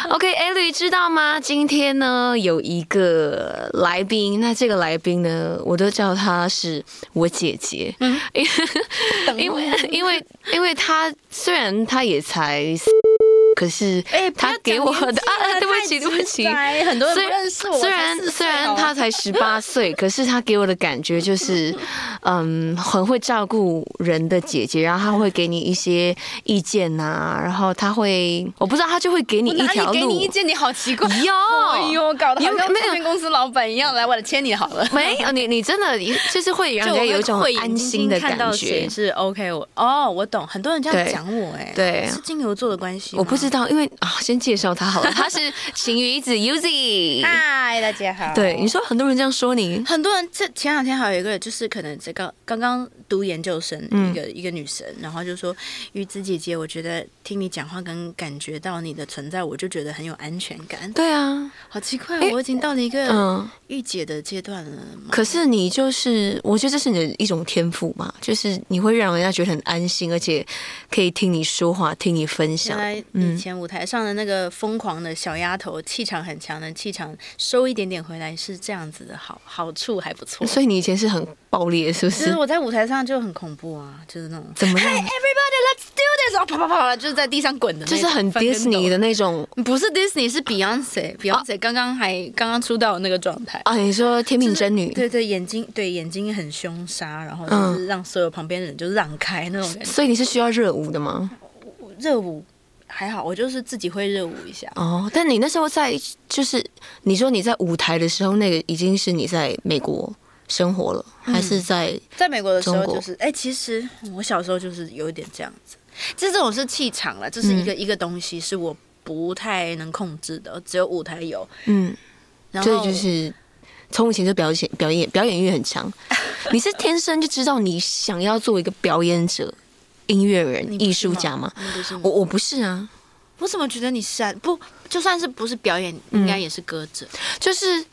OK， Ellie 知道吗？今天呢有一个来宾，那这个来宾呢，我都叫她是我姐姐，因为她虽然她也才。可是他给我的对不起， 很多人不认识我。 虽然他才18岁，可是他给我的感觉就是，很会照顾人的姐姐，然后他会给你一些意见呐，然后他会，我不知道他就会给你一条路。 给你意见，你好奇怪。 哎呦，搞得好像唱片公司老板一样，来我来签你好了。 没有，你真的就是会让人家有一种安心的感觉。 是 OK， 我懂，很多人这样讲我对， 是金牛座的关系。 我不知道，因为先介绍他好了，他是晴雨子 Uzi。 嗨，大家好。 对，你说很多人这样说你， 很多人前2天还有一个就是可能刚刚读研究生一个女生，然后就说雨子姐姐，我觉得听你讲话跟感觉到你的存在，我就觉得很有安全感。 对啊， 好奇怪，我已经到了一个御姐的阶段了。 可是你就是，我觉得这是你的一种天赋嘛，就是你会让人家觉得很安心，而且可以听你说话，听你分享。 原来以前舞台上的那个疯狂的小丫头，气场很强的，气场收一点点回来是这样子的好处还不错。 所以你以前是很暴烈，是不是？ 就是我在舞台上就很恐怖啊，就是那种怎么样 ？Hey everybody, let's do this！ 然后啪啪啪，就是在地上滚的那种， 就是很 Disney 的那种。 不是 Disney， 是 Beyonce 刚刚出道的那个状态啊。你说天命真女？ 对对，眼睛很凶杀，然后就是让所有旁边的人就让开那种感觉。 所以你是需要热舞的吗？ 热舞。还好，我就是自己会热舞一下。 哦，但你那时候就是你说你在舞台的时候，那个已经是你在美国生活了，还是在美国的时候就是，其实我小时候就是有一点这样子，这种是气场了，这是一个东西是我不太能控制的，只有舞台有。然后所以就是从以前就表演欲很强，你是天生就知道你想要做一个表演者。音乐人、艺术家吗？我不是啊。 我怎么觉得你是啊？不，就算是不是表演，应该也是歌者。 就是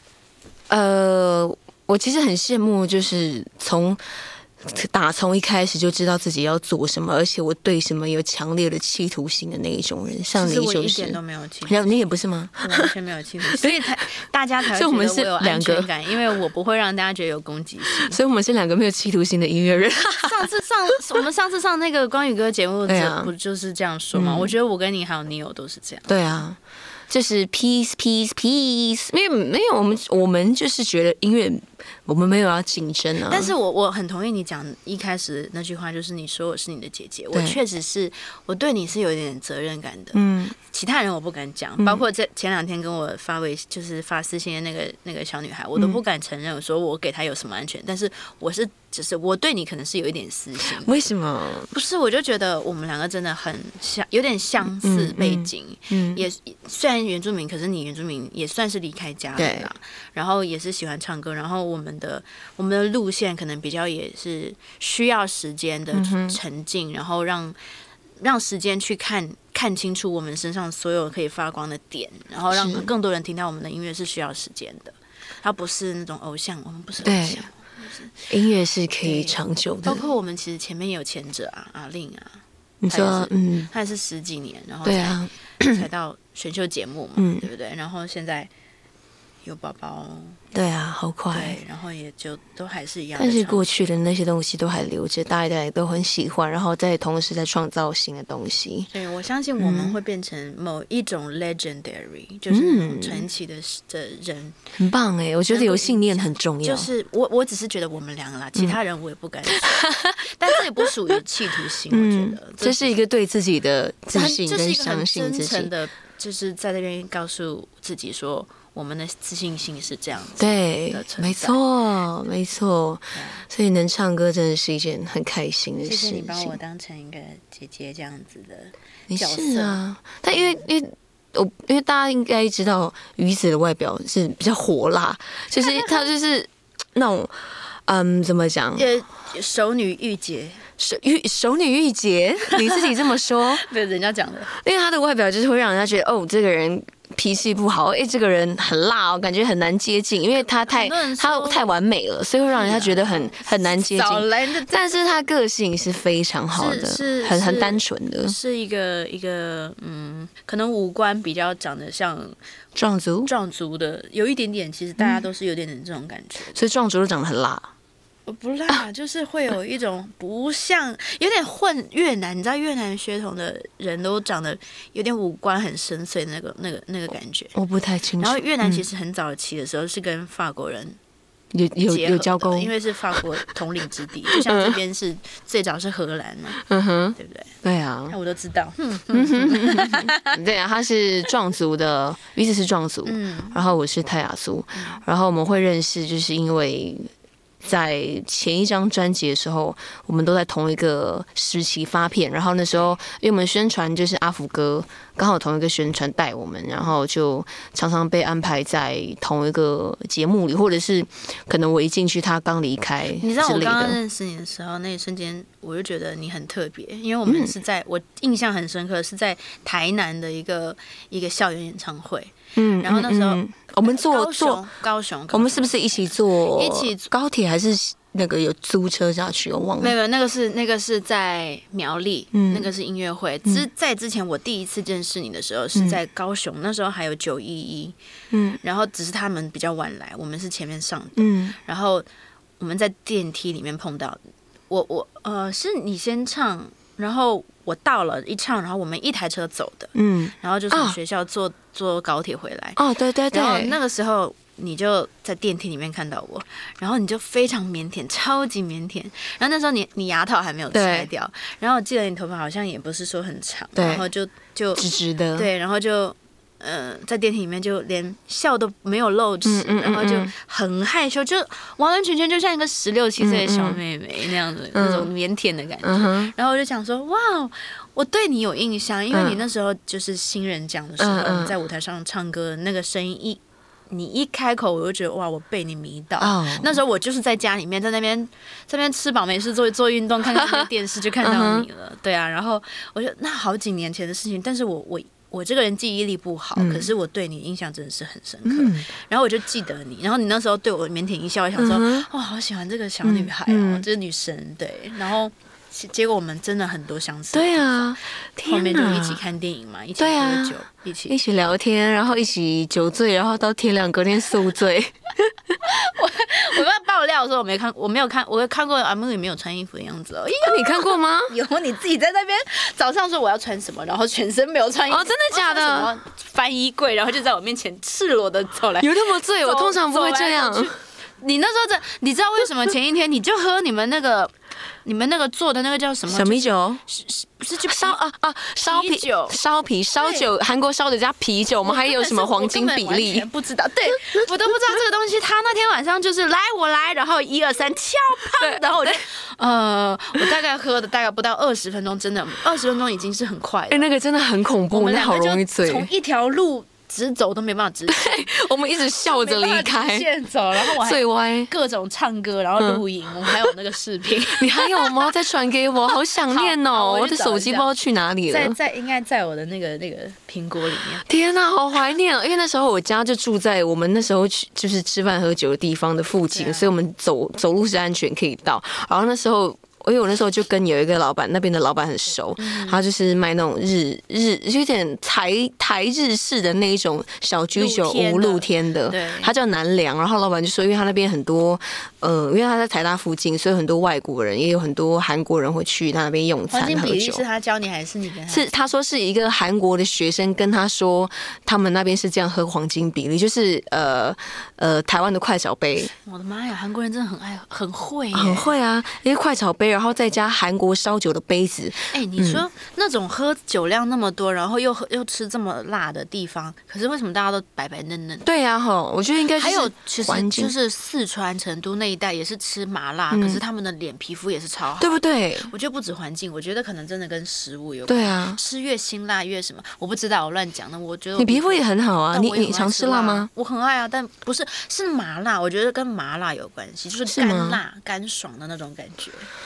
我其实很羡慕，就是打从一开始就知道自己要做什么，而且我对什么有强烈的企图心的那一种人，像你就是。 我一点都没有企图心。 你也不是吗？ 完全没有企图心，所以大家才会觉得我有安全感，因为我不会让大家觉得有攻击性。 所以我们是2个没有企图心的音乐人。 我们上次上那个光宇哥节目，不就是这样说吗？我觉得我跟你还有Neo都是这样。 对啊。就是 peace peace peace， 没有我们就是觉得音乐我们没有要竞争啊。 但是我很同意你讲一开始那句话，就是你说我是你的姐姐，我确实是我对你是有一点责任感的。其他人我不敢讲，包括前2天跟我就是发私信的那个小女孩，我都不敢承认，我说我给她有什么安全，但是只是我对你可能是有一点私心。 为什么？ 不是，我就觉得我们2个真的很像，有点相似背景。也虽然原住民，可是你原住民也算是离开家的啦。然后也是喜欢唱歌，然后我们的路线可能比较也是需要时间的沉浸，然后让时间去看清楚我们身上所有可以发光的点，然后让更多人听到我们的音乐是需要时间的。它不是那种偶像，我们不是偶像。 音乐是可以长久的， 包括我们其实前面也有前者阿令啊， 你说他也是10几年，然后才到选秀节目嘛，对不对？然后现在有宝宝， 对啊，好快， 对，然后也就都还是一样。 但是过去的那些东西都还留着，大家都很喜欢，然后在同时在创造新的东西。 对，我相信我们会变成某一种 legendary，就是那种传奇的人， 很棒哎！我觉得有信念很重要。 就是我只是觉得我们2个啦，其他人我也不敢说，但这也不属于企图心，我觉得这是一个对自己的自信跟相信自己， 真诚的，就是在这边告诉自己说。我们的自信心是这样子， 对，没错，没错。所以能唱歌真的是一件很开心的事情。谢谢你把我当成一个姐姐这样子的角色。 是啊，但因为大家应该知道，鱼子的外表是比较火辣，就是她就是那种怎么讲？ 熟女御姐。 熟女御姐，你自己这么说？ 对，人家讲的。 因为她的外表就是会让人家觉得，哦，这个人脾气不好，这个人很辣哦，感觉很难接近，因为他太完美了，所以会让人家觉得很难接近。但是他个性是非常好的，很单纯的， 是一个可能五官比较长得像壮族的，有一点点，其实大家都是有点点这种感觉， 所以壮族都长得很辣。 不辣，就是会有一种不像，有点混越南，你知道越南血统的人都长得有点五官很深邃的那个感觉， 我不太清楚。 然后越南其实很早期的时候是跟法国人有交沟， 因为是法国统领之地，就像这边是最早是荷兰嘛，对不对？ 对啊， 我都知道。 对啊，他是壮族的，彼此是壮族，然后我是泰雅族，然后我们会认识，就是因为在前一张专辑的时候，我们都在同一个时期发片，然后那时候因为我们宣传就是阿福哥刚好同一个宣传带我们，然后就常常被安排在同一个节目里，或者是可能我一进去他刚离开之类的。 你知道我刚刚认识你的时候，那一瞬间我就觉得你很特别，因为我们是我印象很深刻，是在台南的一个校园演唱会。然后那时候我们高雄， 我们是不是一起坐高铁还是那个有租车下去？我忘了。 没有，那个是在苗栗，那个是音乐会。在之前我第一次认识你的时候是在高雄，那时候还有911，然后只是他们比较晚来，我们是前面上的，然后我们在电梯里面碰到，是你先唱，然后我到了一唱，然后我们一台车走的，然后就从学校坐高铁回来。哦，对对对。然后那个时候你就在电梯里面看到我，然后你就非常腼腆，超级腼腆。然后那时候你牙套还没有拆掉，然后我记得你头发好像也不是说很长，然后就直直的，对，然后就在电梯里面就连笑都没有露齿，然后就很害羞，就完完全全就像一个16、17岁的小妹妹那样子，那种腼腆的感觉。然后我就想说，哇，我对你有印象，因为你那时候就是新人奖的时候，你在舞台上唱歌那个声音你一开口我就觉得哇，我被你迷到。那时候我就是在家里面，在那边吃饱没事做运动，看看电视就看到你了。对啊，然后我就那好几年前的事情，但是我这个人记忆力不好，可是我对你印象真的是很深刻。然后我就记得你，然后你那时候对我腼腆一笑，我想说哇，好喜欢这个小女孩哦，这是女神。对，然后结果我们真的很多相似。对啊，后面就一起看电影嘛，一起喝酒，一起聊天，然后一起酒醉，然后到天亮，隔天宿醉。我要爆料的时候，我没有看，我看过阿木里没有穿衣服的样子哦。你看过吗？有，你自己在那边早上说我要穿什么，然后全身没有穿衣服。哦，真的假的？翻衣柜，然后就在我面前赤裸的走来。有那么醉？我通常不会这样。你那时候你知道为什么前一天你就喝你们那个做的那个叫什么？小米酒？是就烧酒，韩国烧酒加啤酒，我们还有什么黄金比例？不知道，对我都不知道这个东西。他那天晚上就是来我来，然后1、2、3敲啪，然后我就我大概喝的大概不到20分钟，真的20分钟已经是很快了。那个真的很恐怖，那好容易醉。从一条路直走都没办法直走，我们一直笑着离开，现走，然后我还最歪，各种唱歌，然后录影，我们还有那个视频。你还有吗？再传给我，好想念哦！我的手机不知道去哪里了，应该在我的那个苹果里面。天哪，好怀念哦！因为那时候我家就住在我们那时候去就是吃饭喝酒的地方的附近，所以我们走路是安全可以到。然后那时候。因为我那时候就跟有一个老板，那边的老板很熟，他就是卖那种有点台日式的那一种小居酒屋，露天的，他叫南梁。然后老板就说，因为他那边很多，因为他在台大附近，所以很多外国人，也有很多韩国人会去他那边用餐喝酒。黄金比例是他教你还是你跟他？是他说是一个韩国的学生跟他说，他们那边是这样喝黄金比例，就是台湾的快炒杯。我的妈呀，韩国人真的很会啊，因为快炒杯。然后再加韩国烧酒的杯子。你说那种喝酒量那么多，然后又吃这么辣的地方，可是为什么大家都白白嫩嫩？对啊，我觉得应该还有其实就是四川成都那一带也是吃麻辣，可是他们的脸皮肤也是超好，对不对？我觉得不止环境，我觉得可能真的跟食物有关。对啊，吃越辛辣越什么，我不知道，我乱讲的。我觉得你皮肤也很好啊，你常吃辣吗？我很爱啊，但不是麻辣，我觉得跟麻辣有关系，就是干辣干爽的那种感觉。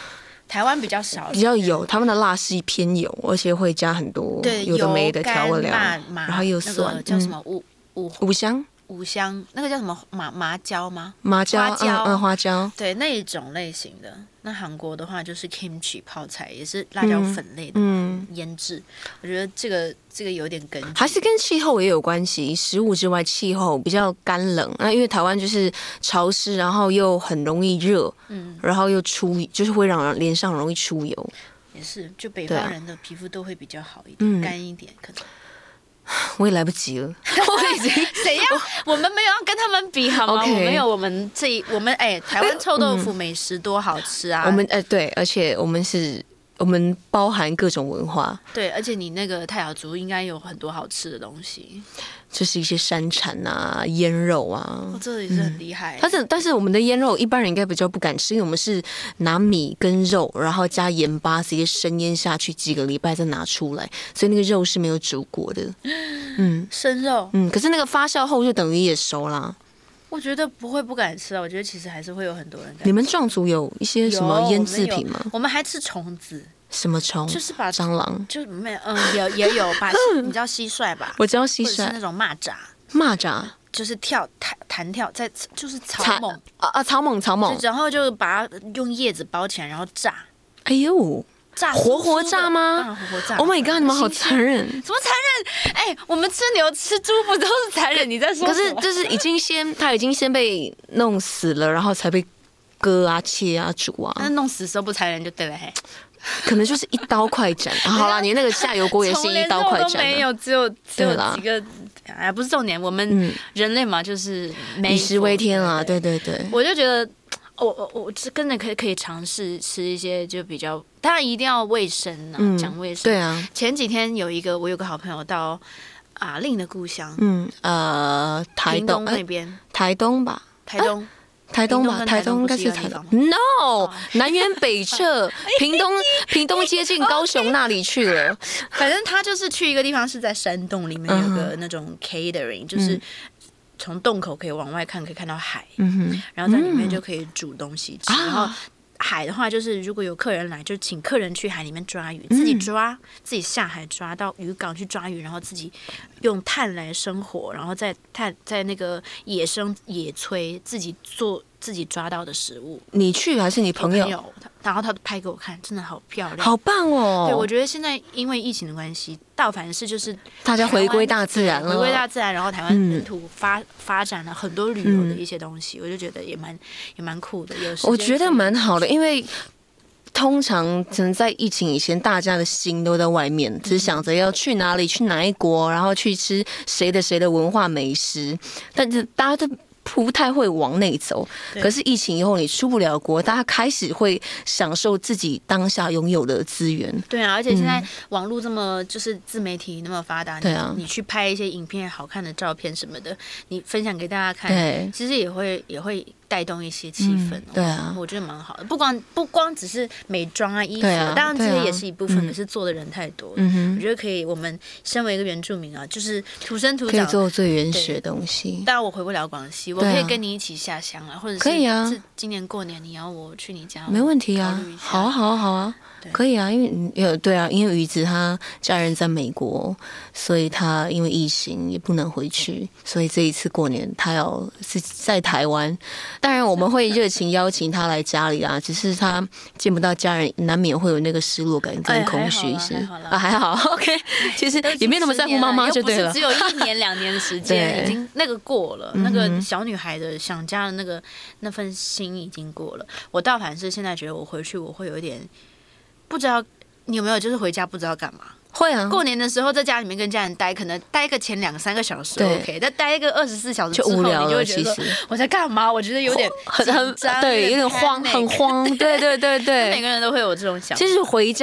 台湾比较少， 比较油，他们的辣是偏油，而且会加很多有的没的调味料，然后又酸， 那个叫什么五香。 五香那个叫什么麻椒吗？ 麻椒、花椒， 对那一种类型的。那韩国的话就是 kimchi 泡菜，也是辣椒粉类的腌制。我觉得这个有点根据， 还是跟气候也有关系。食物之外，气候比较干冷。那因为台湾就是潮湿，然后又很容易热，然后又就是会让脸上容易出油。 也是，就北方人的皮肤都会比较好一点，干一点可能。 我也来不及了，我已经怎样？我们没有要跟他们比好吗？ Okay. 我们台湾臭豆腐美食多好吃啊！ 我们对，而且我们包含各种文化， 对，而且你那个泰雅族应该有很多好吃的东西， 就是一些山产啊、腌肉啊， 这也是很厉害。 但是我们的腌肉一般人应该比较不敢吃，因为我们是拿米跟肉，然后加盐巴直接生腌下去几个礼拜再拿出来，所以那个肉是没有煮过的。 生肉， 可是那个发酵后就等于也熟啦。 我觉得不会不敢吃啊，我觉得其实还是会有很多人敢吃。 你们壮族有一些什么腌制品吗？ 我们还吃虫子。 什么虫？ 就是把蟑螂， 就是没有，也有把你知道蟋蟀吧？ 我知道蟋蟀， 是那种蚂蚱。 蚂蚱就是弹跳在就是草蜢草蜢， 然后就把它用叶子包起来，然后炸。 哎呦！ 炸活炸吗？ 活炸 ！Oh my god！ 你们好残忍！ 什么残忍？我们吃牛吃猪不都是残忍？你在说？ 可是就是它已经先被弄死了，然后才被割啊、切啊、煮啊。 那弄死的时候不残忍就对了嘿。 可能就是一刀快斩。好啦，你那个下油锅也是一刀快斩。 没有，只有几个。不是重点，我们人类嘛，就是以食为天啦。对对对。 我就觉得。我真的可以尝试吃一些就比较，当然一定要卫生啊，讲卫生。 对啊。 前几天我有个好朋友到阿令的故乡， 台东那边， 台东吧， 台东吧，台东应该是台东。No， 南辕北辙，屏东接近高雄那里去了。 反正他就是去一个地方，是在山洞里面有个那种 catering，就是。从洞口可以往外看，可以看到海，然后在里面就可以煮东西吃。然后海的话，就是如果有客人来，就请客人去海里面抓鱼，自己抓，自己下海抓到渔港去抓鱼，然后自己用炭来生火，然后在那个野生野炊自己做自己抓到的食物。 你去还是你朋友？ 然后他拍给我看，真的好漂亮， 好棒哦！ 对，我觉得现在因为疫情的关系，倒反是就是大家回归大自然了， 回归大自然，然后台湾本土发展了很多旅游的一些东西，我就觉得也蛮酷的。 我觉得蛮好的，因为通常可能在疫情以前，大家的心都在外面，只想着要去哪里，去哪一国，然后去吃谁的文化美食，但是大家都不太会往内走。可是疫情以后，你出不了国，大家开始会享受自己当下拥有的资源。 对啊，而且现在网络这么就是自媒体那么发达， 对啊， 你去拍一些影片、好看的照片什么的，你分享给大家看，其实也会带动一些气氛。 对啊， 我觉得蛮好的。不光只是美妆啊、衣服，当然这些也是一部分，可是做的人太多了。我觉得可以，我们身为一个原住民啊，就是土生土长， 可以做最原始的东西。 当然我回不了广西，我可以跟你一起下乡啊，或者是可以啊。 今年过年你要我去你家， 没问题啊。好啊，可以啊。因为鱼子他家人在美国，所以他因为疫情也不能回去，所以这一次过年他要是在台湾。当然我们会热情邀请他来家里啊，只是他见不到家人，难免会有那个失落感跟空虚。还好 OK， 其实也没那么在乎妈妈就对了。 只有1年2年的时间，已经那个过了，那个小女孩的想家的那份心已经过了。我倒反是现在觉得我回去我会有一点不知道，你有没有就是回家不知道干嘛？ 会啊， 过年的时候在家里面跟家人待，可能待个前2-3个小时 OK， 但待一个24小时之后， 就无聊了， 你就会觉得我在干嘛？我觉得有点很对，有点慌，很慌。对， 每个人都会有这种想法。 其实回家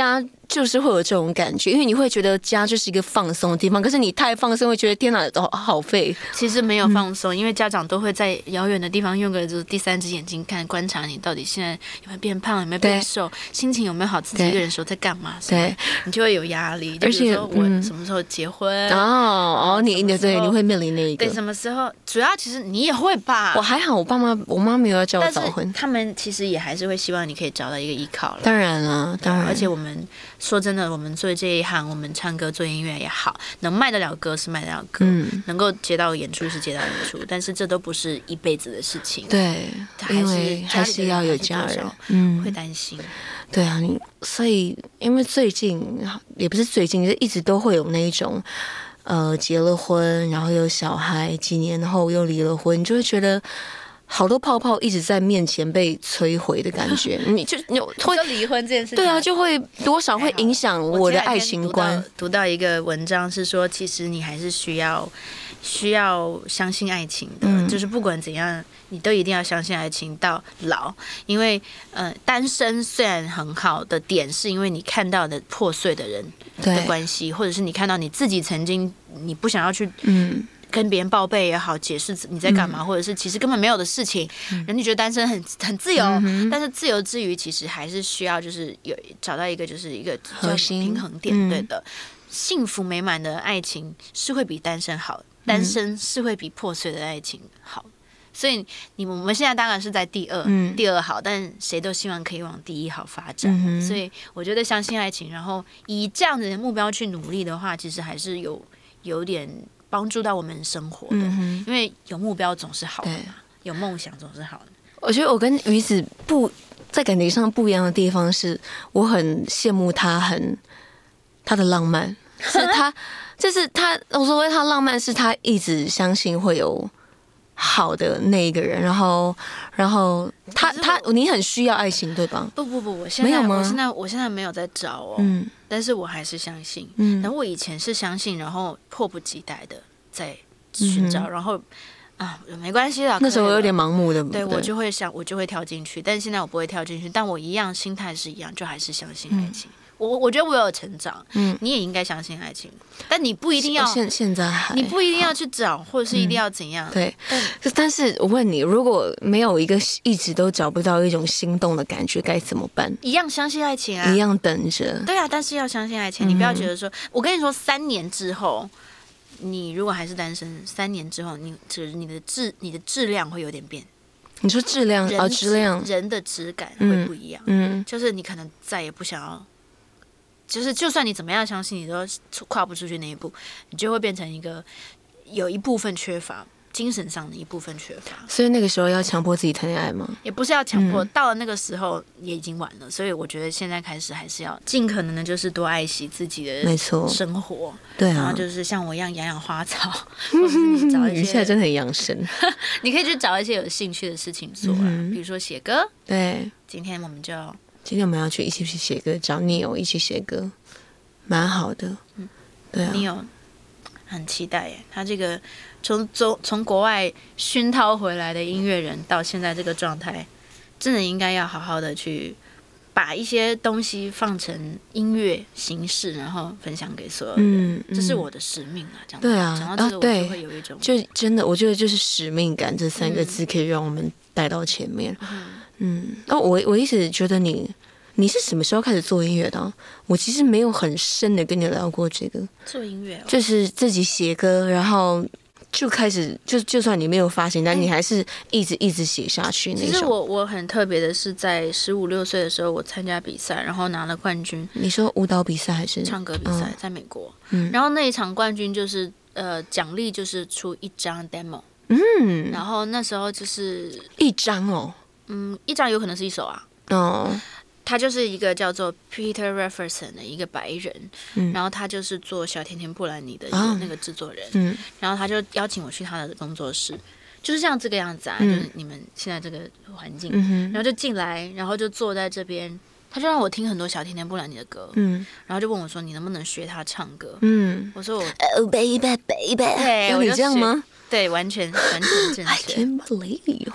就是会有这种感觉，因为你会觉得家就是一个放松的地方，可是你太放松会觉得天哪，好废。 其实没有放松，因为家长都会在遥远的地方用个就是第三只眼睛观察你到底现在有没有变胖，有没有变瘦，心情有没有好，自己一个人时候在干嘛，对，你就会有压力。而且我什么时候结婚？ 你会面临那一个。 对，什么时候？主要其实你也会吧。 我还好，我妈没有要叫我早婚， 他们其实也还是会希望你可以找到一个依靠了。 当然了，当然。 而且我们说真的，我们做这一行，我们唱歌做音乐也好，能卖得了歌是卖得了歌，能够接到演出是接到演出，但是这都不是一辈子的事情。 对，因为还是要有家人， 会担心。 对啊，所以因为最近也不是最近，就一直都会有那一种，结了婚，然后有小孩，几年后又离了婚，你就会觉得好多泡泡一直在面前被摧毁的感觉。你会离婚这件事情， 对啊，就会多少会影响我的爱情观。 读到一个文章是说，其实你还是需要相信爱情的，就是不管怎样，你都一定要相信爱情到老。因为单身虽然很好的点，是因为你看到的破碎的人的关系，或者是你看到你自己曾经你不想要去跟别人报备也好，解释你在干嘛，或者是其实根本没有的事情，人家觉得单身很自由，但是自由之余，其实还是需要就是找到一个就是一个核心平衡点，对的。幸福美满的爱情是会比单身好，单身是会比破碎的爱情好。所以我们现在当然是在第二好，但谁都希望可以往第一好发展。所以我觉得相信爱情，然后以这样的目标去努力的话，其实还是有点帮助到我们生活的。因为有目标总是好的嘛，有梦想总是好的。 我觉得我跟鱼子在感情上不一样的地方是，我很羡慕他的浪漫，是他就是他，我所谓他浪漫是他一直相信会有好的那一个人，然后你很需要爱情对吧？ 不，我现在没有在找哦，但是我还是相信，然后我以前是相信，然后迫不及待的在寻找，然后没关系的， 那时候我有点盲目的， 对我就会跳进去，但是现在我不会跳进去，但我一样心态是一样，就还是相信爱情。我觉得我有成长，你也应该相信爱情，但你不一定要现在你不一定要去找，或者是一定要怎样。 对，但是我问你，如果没有一个一直都找不到一种心动的感觉，该怎么办？ 一样相信爱情啊， 一样等着。 对啊，但是要相信爱情，你不要觉得说，我跟你说，3年之后，你如果还是单身，3年之后，你的质量会有点变。 你说质量质量， 人的质感会不一样。就是你可能再也不想要。就是就算你怎么样相信，你都跨不出去那一步，你就会变成有一部分缺乏，精神上的一部分缺乏。 所以那个时候要强迫自己谈恋爱吗？ 也不是要强迫，到了那个时候也已经晚了。所以我觉得现在开始还是要尽可能的，就是多爱惜自己的生活。 对啊， 然后就是像我一样养花草，或者是你找一些， 现在真的很养生。 你可以去找一些有兴趣的事情做比如说写歌。 对， 今天我们要去一起去写歌，找 Neil 一起写歌，蛮好的。对啊 ，Neil 很期待耶。他这个从国外熏陶回来的音乐人，到现在这个状态，真的应该要好好的去把一些东西放成音乐形式，然后分享给所有人。这是我的使命啊！这样对啊， 讲到这个，我就会有一种就真的，我觉得就是使命感这3个字可以让我们带到前面。我一直觉得你是什么时候开始做音乐的啊？我其实没有很深的跟你聊过这个做音乐， 就是自己写歌，然后就开始就算你没有发行，但你还是一直写下去那种。 其实我很特别的是，在15、16岁的时候，我参加比赛，然后拿了冠军。 你说舞蹈比赛还是唱歌比赛？在美国。然后那一场冠军就是奖励就是出1张 demo。然后那时候就是 1张哦。 1张有可能是1首啊。他就是一个叫做 Peter Rafferson 的一个白人，然后他就是做小甜甜布兰妮的一个那个制作人，然后他就邀请我去他的工作室，就是像这个样子啊，就是你们现在这个环境，然后就进来，然后就坐在这边，他就让我听很多小甜甜布兰妮的歌，然后就问我说你能不能学他唱歌，我说我 Oh baby baby， 有你这样吗？ 对，完全正确。I can't believe you。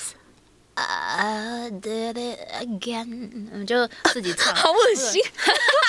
I did it again， 就自己唱， 好恶心。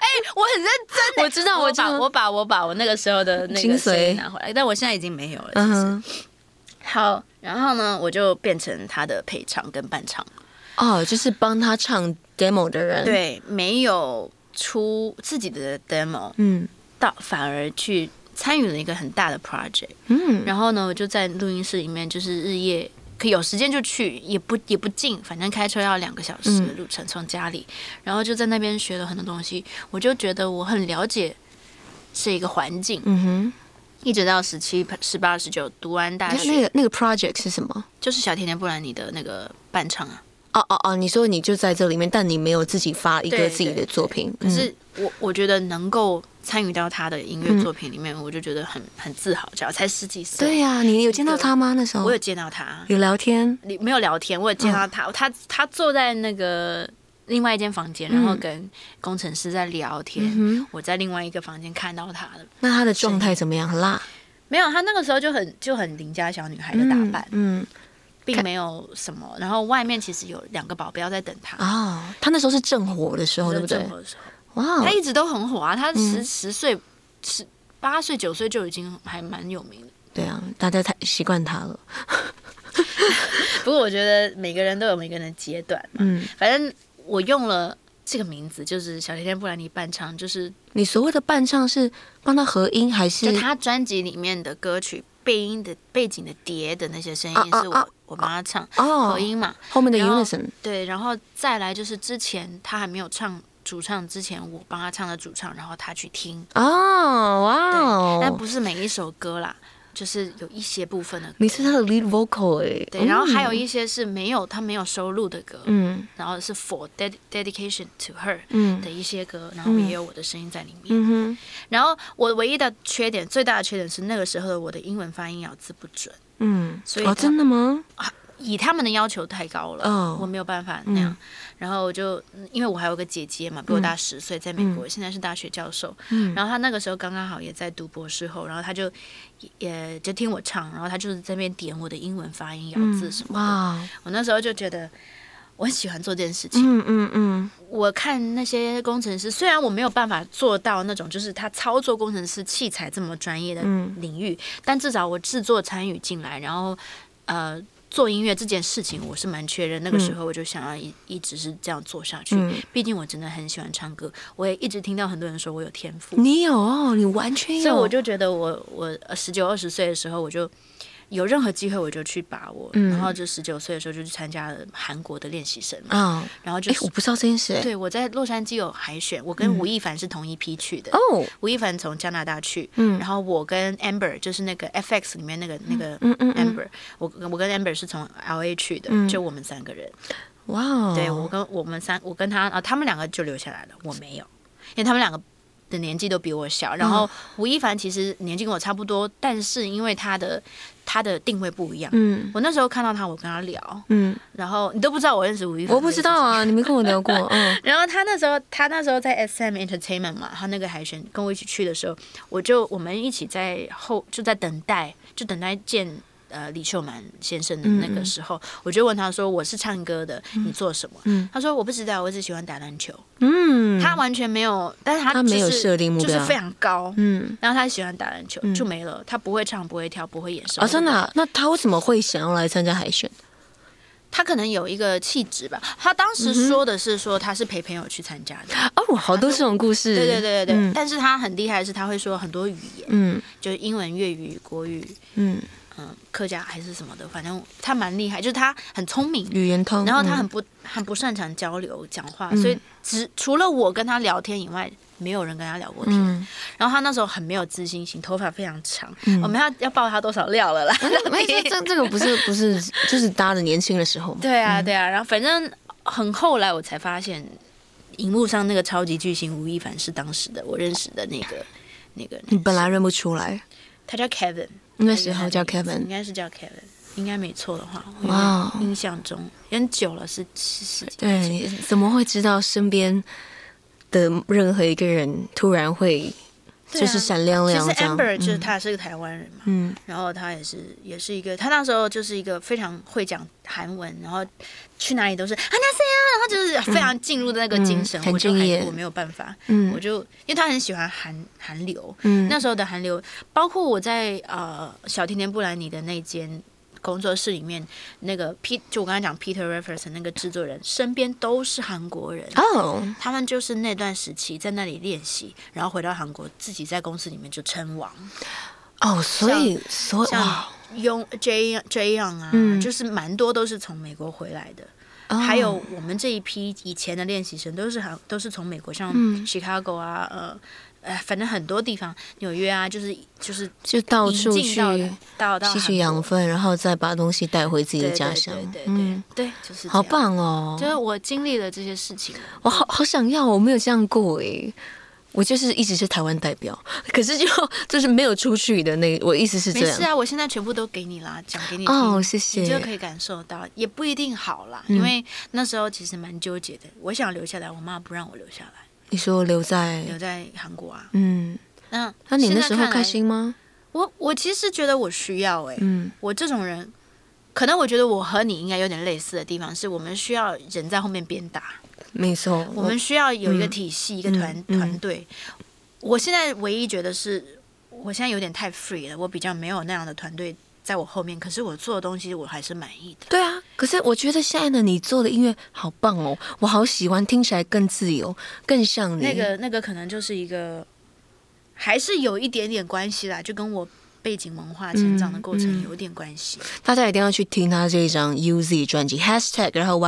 我很认真的。 我知道， 我把我那个时候的那个声音拿回来，但我现在已经没有了。其实，好，然后呢，我就变成他的陪唱跟伴唱。 哦，就是帮他唱 demo 的人， 对，没有出自己的 demo，反而去参与了一个很大的 project，然后呢，我就在录音室里面，就是日夜。可以有时间就去，也不近，反正开车要2个小时的路程，从家里，然后就在那边学了很多东西，我就觉得我很了解这一个环境，一直到17、18、19读完大学。 那个 project 是什么？ 就是小甜甜布兰妮的那个伴唱啊。 哦，你说你就在这里面，但你没有自己发一个自己的作品。 可是我觉得能够参与到他的音乐作品里面，我就觉得很自豪。只要才10几岁。 对呀，你有见到他吗？那时候我有见到他， 有聊天？ 没有聊天，我有见到他。他坐在那个另外一间房间，然后跟工程师在聊天。我在另外一个房间看到他的。 那他的状态怎么样？很辣？ 没有，他那个时候就很邻家小女孩的打扮。并没有什么，然后外面其实有2个保镖在等他。 他那时候是正火的时候，对不对？ 正火的时候，哇，他一直都很火啊！他10岁、8岁、9岁就已经还蛮有名的。 对啊，大家太习惯他了。 不过我觉得每个人都有每个人的阶段嘛。反正我用了这个名字，就是小甜甜布兰妮伴唱，就是你所谓的伴唱是帮他合音，还是就他专辑里面的歌曲背景的碟的那些声音是我帮他唱合音嘛， 后面的 unison 对，然后再来就是之前他还没有唱主唱之前，我帮他唱的主唱，然后他去听哇，但不是每一首歌啦，就是有一些部分的歌。 你是他的 lead vocal 对，然后还有一些是他没有收录的歌，然后是 for dedication to her 的一些歌，然后也有我的声音在里面。然后我唯一的缺点，最大的缺点是那个时候的我的英文发音咬字不准。所以真的吗？ 以他们的要求太高了，我没有办法那样。然后我就因为我还有个姐姐嘛，比我大10岁，在美国，现在是大学教授。然后他那个时候刚刚好也在读博士后，然后他就听我唱，然后他就是在那边点我的英文发音、咬字什么的。我那时候就觉得我很喜欢做这件事情。我看那些工程师，虽然我没有办法做到那种就是他操作工程师器材这么专业的领域，但至少我制作参与进来，然后做音乐这件事情我是蛮确认。那个时候我就想要一直是这样做下去。毕竟我真的很喜欢唱歌，我也一直听到很多人说我有天赋。 你有你完全有。 所以我就觉得我19、20岁的时候，我就有任何机会我就去把握。然后就19岁的时候就去参加了韩国的练习生。然后就我不知道这件事。 对，我在洛杉矶有海选，我跟吴亦凡是同一批去的。吴亦凡从加拿大去，然后我跟 Amber 就是那个 FX 里面那个Amber，我跟 Amber 是从 LA 去的，就我们3个人。哇！对，我跟他他们2个就留下来了，我没有，因为他们2个的年纪都比我小。然后吴亦凡其实年纪跟我差不多，但是因为他的定位不一样。我那时候看到他，我跟他聊。然后你都不知道我认识吴亦凡。 我不知道啊，你没跟我聊过。 然后他那时候在 SM Entertainment 嘛，他那个海选跟我一起去的时候，我们一起就在等待见李秀满先生的那个时候，我就问他说：“我是唱歌的，你做什么？”他说：“我不知道，我只喜欢打篮球。”他完全没有，但是他没有设定目标， 就是非常高。然后他喜欢打篮球，就没了。他不会唱，不会跳，不会演什么。 真的？那他为什么会想要来参加海选？ 他可能有一个气质吧。他当时说的是说他是陪朋友去参加的。 好多这种故事。 对。但是他很厉害的是他会说很多语言，就是英文、粤语、国语，客家还是什么的，反正他蛮厉害，就是他很聪明， 语言通， 然后他很不擅长交流讲话，所以除了我跟他聊天以外，没有人跟他聊过天。然后他那时候很没有自信心，头发非常长。我们要爆他多少料了啦？ 这个不是，就是大家的年轻的时候。 对啊。然后反正很后来我才发现，荧幕上那个超级巨星吴亦凡是当时的我认识的那个。 你本来认不出来。 他叫 Kevin。 那时候叫 Kevin， 应该是叫 Kevin， 应该没错的话。哇，印象中很久了，是10几年。 对，怎么会知道身边的任何一个人突然会就是闪亮亮这样。 其实 Amber 就是他是个台湾人嘛，然后他也是一个，他那时候就是一个非常会讲韩文，然后去哪里都是안녕하세요，然后就是非常进入的那个精神， 很敬业。 我没有办法，我就因为他很喜欢韩流，那时候的韩流，包括我在小甜甜布兰妮的那间工作室里面，那个就我刚才讲 Peter Rafferson 那个制作人身边都是韩国人他们就是那段时期在那里练习，然后回到韩国自己在公司里面就称王所以像用 J Young 啊，就是蛮多都是从美国回来的。还有我们这一批以前的练习生都是从美国，像 Chicago 啊，反正很多地方，纽约啊，就到处去到吸取养分，然后再把东西带回自己的家乡。 对，就是好棒哦！ 就是我经历了这些事情， 我好想要，我没有这样过哎。我就是一直是台湾代表，可是就是没有出去的那，我意思是这样。 没事啊，我现在全部都给你啦，讲给你听。谢谢。 你就可以感受到，也不一定好啦，因为那时候其实蛮纠结的。我想留下来，我妈不让我留下来。 你说留在韩国啊？ 那你那时候开心吗？ 我其实觉得我需要我这种人，可能我觉得我和你应该有点类似的地方，是我们需要人在后面鞭打。 没错， 我们需要有一个体系，一个团队。我现在唯一觉得是，我现在有点太 free 了，我比较没有那样的团队在我后面，可是我做的东西我还是满意的。 对啊，可是我觉得现在的你做的音乐好棒哦，我好喜欢，听起来更自由，更像你。 那个可能就是一个，还是有一点点关系啦，就跟我背景文化成长的过程有点关系。 大家一定要去听他这一张 UZ 专辑 #，然后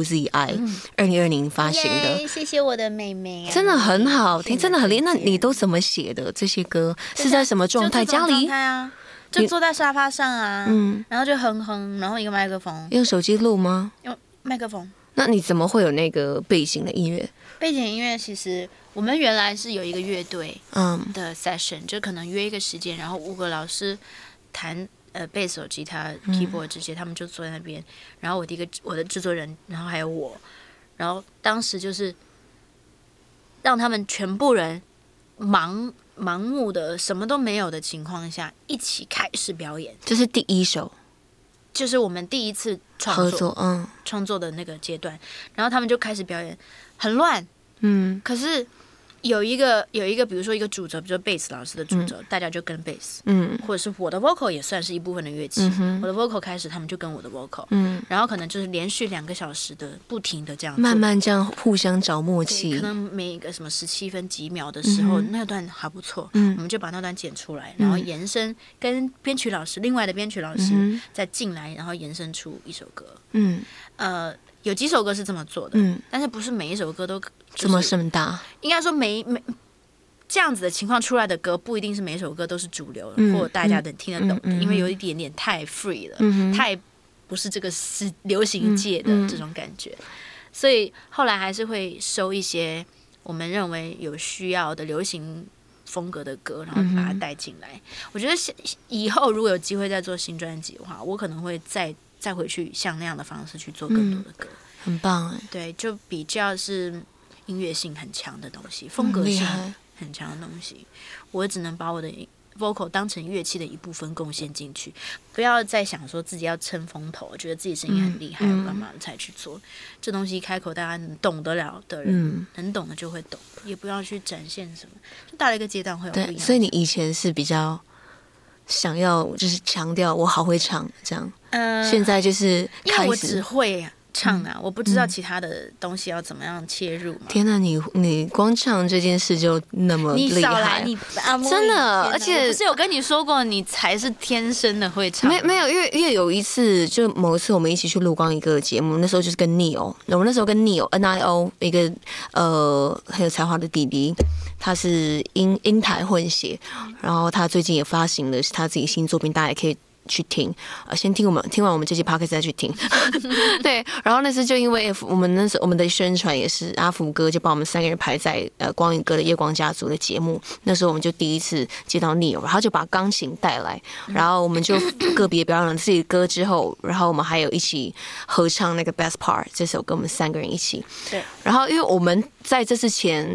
YUZI，2020发行的。 谢谢我的妹妹， 真的很好听，真的很厉害。那你都怎么写的这些歌？是在什么状态？家里就坐在沙发上啊，然后就哼，然后一个麦克风。 用手机录吗？ 用麦克风。 那你怎么会有那个背景的音乐？ 背景音乐其实我们原来是有一个乐队的 session，就可能约一个时间，然后5个老师弹贝斯、吉他、keyboard 这些，他们就坐在那边，然后我的制作人，然后还有我，然后当时就是让他们全部人盲目的什么都没有的情况下一起开始表演。 这是第一首， 就是我们第一次创作的那个阶段，然后他们就开始表演，很乱，可是有一个，比如说一个主轴，比如说贝斯老师的主轴，大家就跟贝斯，或者是我的 vocal 也算是一部分的乐器，我的 vocal 开始，他们就跟我的 vocal，然后可能就是连续2个小时的不停的这样， 慢慢这样互相找默契， 可能每一个什么17分几秒的时候，那段还不错，我们就把那段剪出来，然后延伸跟编曲老师，另外的编曲老师再进来，然后延伸出一首歌，有几首歌是这么做的，但是不是每一首歌都这么盛大。 应该说每这样子的情况出来的歌，不一定是每一首歌都是主流的，或大家能听得懂的，因为有一点点太 free 了，太不是这个是流行界的这种感觉，所以后来还是会收一些我们认为有需要的流行风格的歌，然后把它带进来。我觉得以后如果有机会再做新专辑的话，我可能会再回去像那样的方式去做更多的歌， 很棒哎。 对，就比较是音乐性很强的东西，风格性很强的东西，我只能把我的 vocal 当成乐器的一部分贡献进去，不要再想说自己要撑风头，觉得自己声音很厉害，干嘛才去做这东西。开口大家能懂得了的人，能懂的就会懂，也不要去展现什么，就到了一个阶段会有不一样的。 所以你以前是比较想要就是强调我好会唱这样，现在就是因为我只会唱啊，我不知道其他的东西要怎么样切入嘛。 天哪，你光唱这件事就那么厉害， 你少来， 真的，而且不是有跟你说过，你才是天生的会唱。 没有，因为有一次，就某一次我们一起去录光一个节目，那时候就是跟 Neo， 我们那时候跟 Neo 一个很有才华的弟弟，他是英台混血，然后他最近也发行了他自己新作品，大家也可以去听先听完我们这期 podcast 再去听对，然后那次就因为我们那时候我们的宣传也是阿福哥就把我们3个人排在光影哥的夜光家族的节目，那时候我们就第一次接到 Neo， 然后就把钢琴带来，然后我们就个别表演了自己的歌之后，然后我们还有一起合唱那个 Best Part 这首歌，我们3个人一起。 对， 然后因为我们在这之前在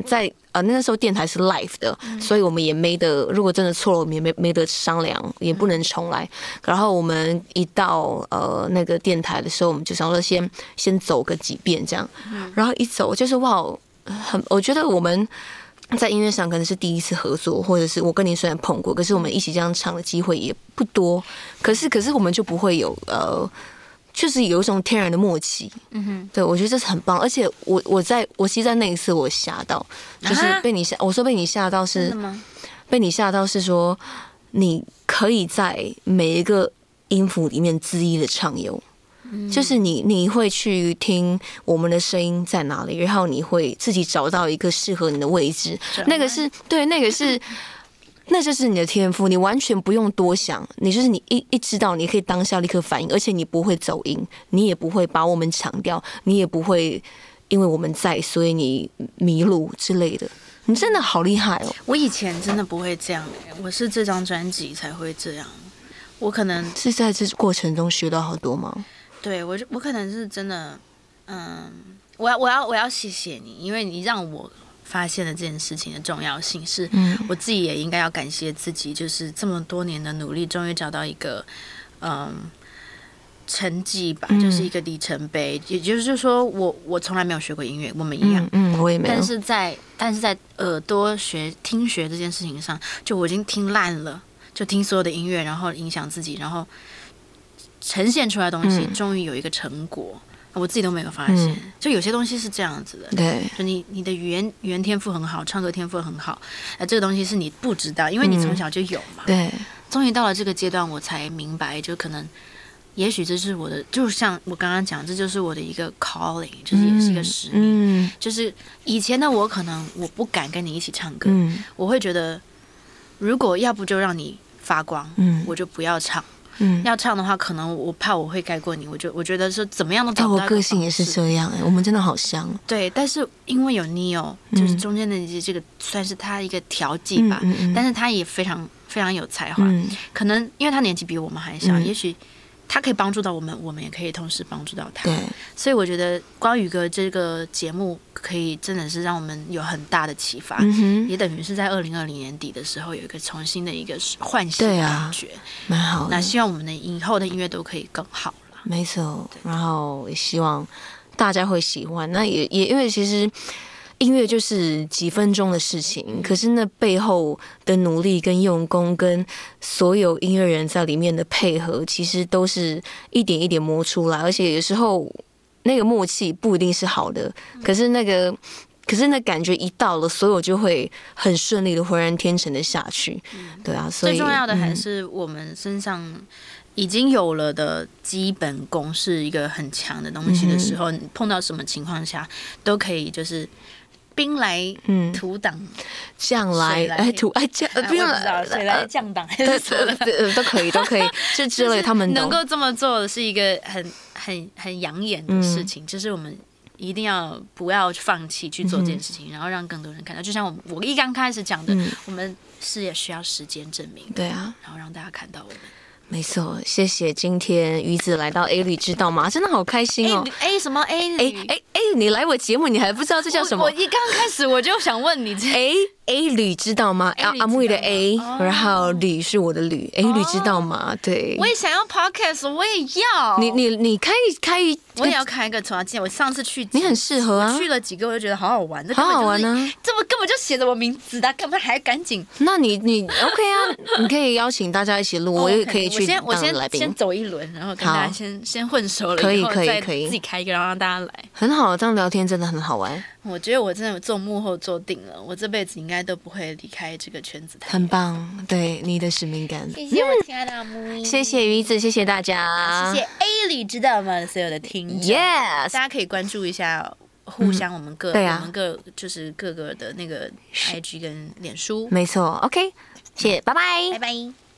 那时候电台是 live 的，所以我们也没得，如果真的错了，我们也没得商量，也不能重来。然后我们一到那个电台的时候，我们就想说先走个几遍这样，然后一走就是哇，我觉得我们在音乐上可能是第一次合作，或者是我跟你虽然碰过，可是我们一起这样唱的机会也不多。可是我们就不会有就是有一种天然的默契，对，我觉得这是很棒。而且我其实在那一次我吓到，就是被你吓，我说被你吓到是被你吓到是说你可以在每一个音符里面恣意的畅游。就是你会去听我们的声音在哪里，然后你会自己找到一个适合你的位置，那就是你的天赋，你完全不用多想，你就是你一知道，你可以当下立刻反应，而且你不会走音，你也不会把我们抢掉，你也不会因为我们在，所以你迷路之类的。你真的好厉害哦！ 我以前真的不会这样，我是这张专辑才会这样。我可能是在这过程中学到好多吗？ 对，我可能是真的，我要谢谢你，因为你让我发现了这件事情的重要性，是我自己也应该要感谢自己，就是这么多年的努力，终于找到一个成绩吧，就是一个里程碑。也就是说，我从来没有学过音乐，我们一样， 我也没有。 但是在耳朵听学这件事情上，就我已经听烂了，就听所有的音乐，然后影响自己，然后呈现出来的东西，终于有一个成果。我自己都没有发现，就有些东西是这样子的。 对， 就你的语言天赋很好，唱歌天赋很好，这个东西是你不知道，因为你从小就有嘛。 对， 终于到了这个阶段，我才明白，就可能，也许这是我的，就像我刚刚讲，这就是我的一个 calling， 就是也是一个使命。就是以前的我，可能我不敢跟你一起唱歌，我会觉得，如果要不就让你发光，我就不要唱。要唱的话，可能我怕我会盖过你，我觉得说怎么样都找不到。 我个性也是这样，我们真的好像。 对，但是因为有 Neo， 就是中间的这个算是他一个调剂吧，但是他也非常非常有才华。可能因为他年纪比我们还小，也许他可以帮助到我们，我们也可以同时帮助到他。 对， 所以我觉得光宇哥这个节目可以真的是让我们有很大的启发，也等于是在2020年底的时候有一个重新的一个唤醒的感觉， 蛮好的。 那希望我们的以后的音乐都可以更好了。 没错，然后也希望大家会喜欢。那也因为其实音乐就是几分钟的事情，可是那背后的努力跟用功，跟所有音乐人在里面的配合，其实都是一点一点磨出来。而且有时候那个默契不一定是好的，可是那感觉一到了，所有就会很顺利的浑然天成的下去。对啊，所以最重要的还是我们身上已经有了的基本功是一个很强的东西的时候，你碰到什么情况下都可以就是兵来土挡， 将来土降， 不用水来降挡，还是什么的都可以，就之类他们能够这么做的是一个很养眼的事情，就是我们一定要不要放弃去做这件事情，然后让更多人看到。就像我一刚开始讲的，我们是也需要时间证明， 对啊， 然后让大家看到我们。 没错，谢谢今天鱼子来到 A 旅，知道吗？真的好开心哦 ！A 什么 A 你来我节目，你还不知道这叫什么？ 我一刚开始我就想问你 A 旅知道吗？阿木的 A，然后旅是我的旅 ，A 旅知道吗？对， 我也想要 podcast， 我也要。 你开， 我也要开一个传记。我上次去， 你很适合啊， 去了几个，我就觉得好好玩， 好好玩啊！ 这根本就写着我名字的，干嘛还赶紧？ 那你 OK 啊？你可以邀请大家一起录，我也可以去当来宾。 先走一轮，然后跟大家先混熟了， 可以， 自己开一个，然后让大家来。 很好，这样聊天真的很好玩。 我觉得我真的做幕后做定了，我这辈子应该都不会离开这个圈子。 很棒，对你的使命感。 谢谢我亲爱的阿木， 谢谢鱼子，谢谢大家， 谢谢 A 旅知道吗？所有的听众 ，Yes， 大家可以关注一下，互相我们各就是各个的那个 IG 跟脸书。 没错 ，OK， 谢谢，拜拜， 拜拜。